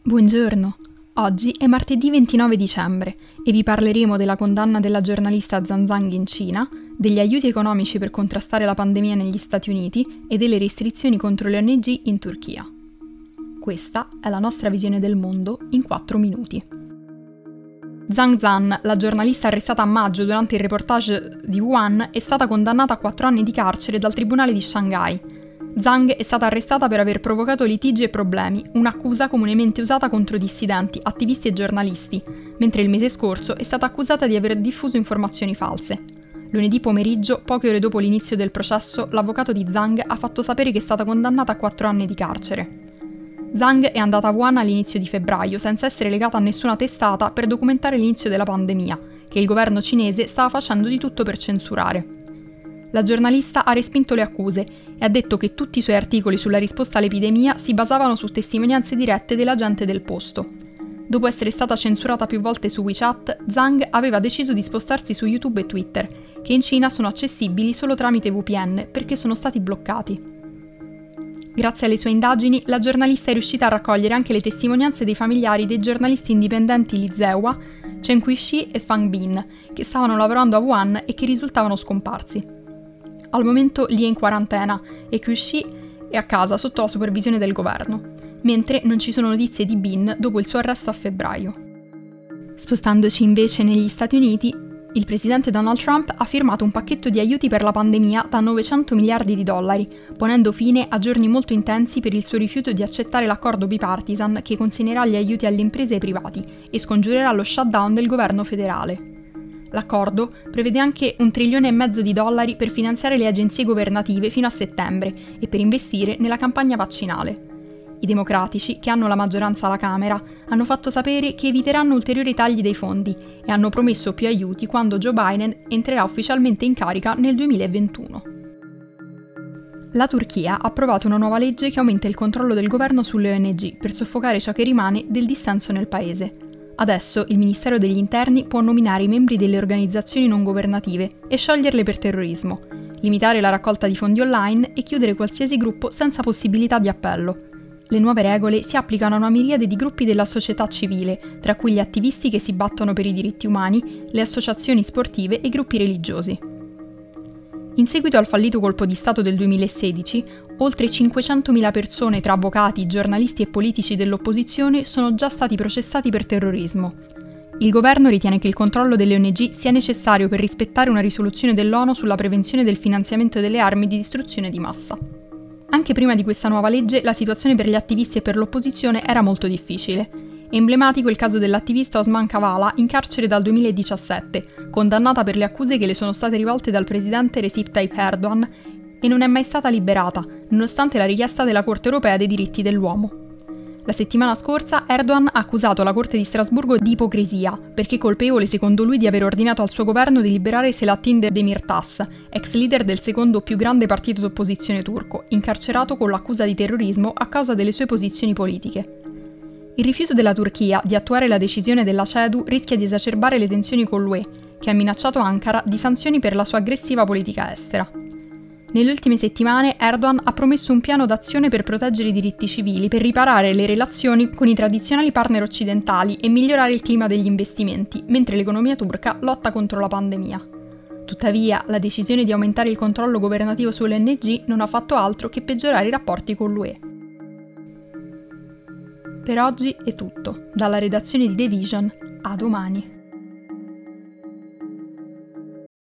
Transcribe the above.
Buongiorno, oggi è martedì 29 dicembre e vi parleremo della condanna della giornalista Zhang Zhang in Cina, degli aiuti economici per contrastare la pandemia negli Stati Uniti e delle restrizioni contro le ONG in Turchia. Questa è la nostra visione del mondo in 4 minuti. Zhang Zhang, la giornalista arrestata a maggio durante il reportage di Wuhan, è stata condannata a 4 anni di carcere dal tribunale di Shanghai. Zhang è stata arrestata per aver provocato litigi e problemi, un'accusa comunemente usata contro dissidenti, attivisti e giornalisti, mentre il mese scorso è stata accusata di aver diffuso informazioni false. Lunedì pomeriggio, poche ore dopo l'inizio del processo, l'avvocato di Zhang ha fatto sapere che è stata condannata a 4 anni di carcere. Zhang è andata a Wuhan all'inizio di febbraio, senza essere legata a nessuna testata, per documentare l'inizio della pandemia, che il governo cinese stava facendo di tutto per censurare. La giornalista ha respinto le accuse e ha detto che tutti i suoi articoli sulla risposta all'epidemia si basavano su testimonianze dirette della gente del posto. Dopo essere stata censurata più volte su WeChat, Zhang aveva deciso di spostarsi su YouTube e Twitter, che in Cina sono accessibili solo tramite VPN perché sono stati bloccati. Grazie alle sue indagini, la giornalista è riuscita a raccogliere anche le testimonianze dei familiari dei giornalisti indipendenti Li Zewa, Chen Guixi e Fang Bin, che stavano lavorando a Wuhan e che risultavano scomparsi. Al momento Li è in quarantena e Guixi è a casa sotto la supervisione del governo, mentre non ci sono notizie di Bin dopo il suo arresto a febbraio. Spostandoci invece negli Stati Uniti, il presidente Donald Trump ha firmato un pacchetto di aiuti per la pandemia da $900 miliardi, ponendo fine a giorni molto intensi per il suo rifiuto di accettare l'accordo bipartisan che consegnerà gli aiuti alle imprese e ai privati e scongiurerà lo shutdown del governo federale. L'accordo prevede anche $1,5 trilioni per finanziare le agenzie governative fino a settembre e per investire nella campagna vaccinale. I democratici, che hanno la maggioranza alla Camera, hanno fatto sapere che eviteranno ulteriori tagli dei fondi e hanno promesso più aiuti quando Joe Biden entrerà ufficialmente in carica nel 2021. La Turchia ha approvato una nuova legge che aumenta il controllo del governo sulle ONG per soffocare ciò che rimane del dissenso nel paese. Adesso il Ministero degli Interni può nominare i membri delle organizzazioni non governative e scioglierle per terrorismo, limitare la raccolta di fondi online e chiudere qualsiasi gruppo senza possibilità di appello. Le nuove regole si applicano a una miriade di gruppi della società civile, tra cui gli attivisti che si battono per i diritti umani, le associazioni sportive e i gruppi religiosi. In seguito al fallito colpo di Stato del 2016, oltre 500.000 persone tra avvocati, giornalisti e politici dell'opposizione sono già stati processati per terrorismo. Il governo ritiene che il controllo delle ONG sia necessario per rispettare una risoluzione dell'ONU sulla prevenzione del finanziamento delle armi di distruzione di massa. Anche prima di questa nuova legge, la situazione per gli attivisti e per l'opposizione era molto difficile. È emblematico il caso dell'attivista Osman Kavala, in carcere dal 2017, condannata per le accuse che le sono state rivolte dal presidente Recep Tayyip Erdogan e non è mai stata liberata, nonostante la richiesta della Corte europea dei diritti dell'uomo. La settimana scorsa Erdogan ha accusato la Corte di Strasburgo di ipocrisia, perché colpevole secondo lui di aver ordinato al suo governo di liberare Selahattin Demirtas, ex leader del secondo più grande partito d'opposizione turco, incarcerato con l'accusa di terrorismo a causa delle sue posizioni politiche. Il rifiuto della Turchia di attuare la decisione della CEDU rischia di esacerbare le tensioni con l'UE, che ha minacciato Ankara di sanzioni per la sua aggressiva politica estera. Nelle ultime settimane Erdogan ha promesso un piano d'azione per proteggere i diritti civili, per riparare le relazioni con i tradizionali partner occidentali e migliorare il clima degli investimenti, mentre l'economia turca lotta contro la pandemia. Tuttavia, la decisione di aumentare il controllo governativo sulle ONG non ha fatto altro che peggiorare i rapporti con l'UE. Per oggi è tutto. Dalla redazione di The Vision, a domani.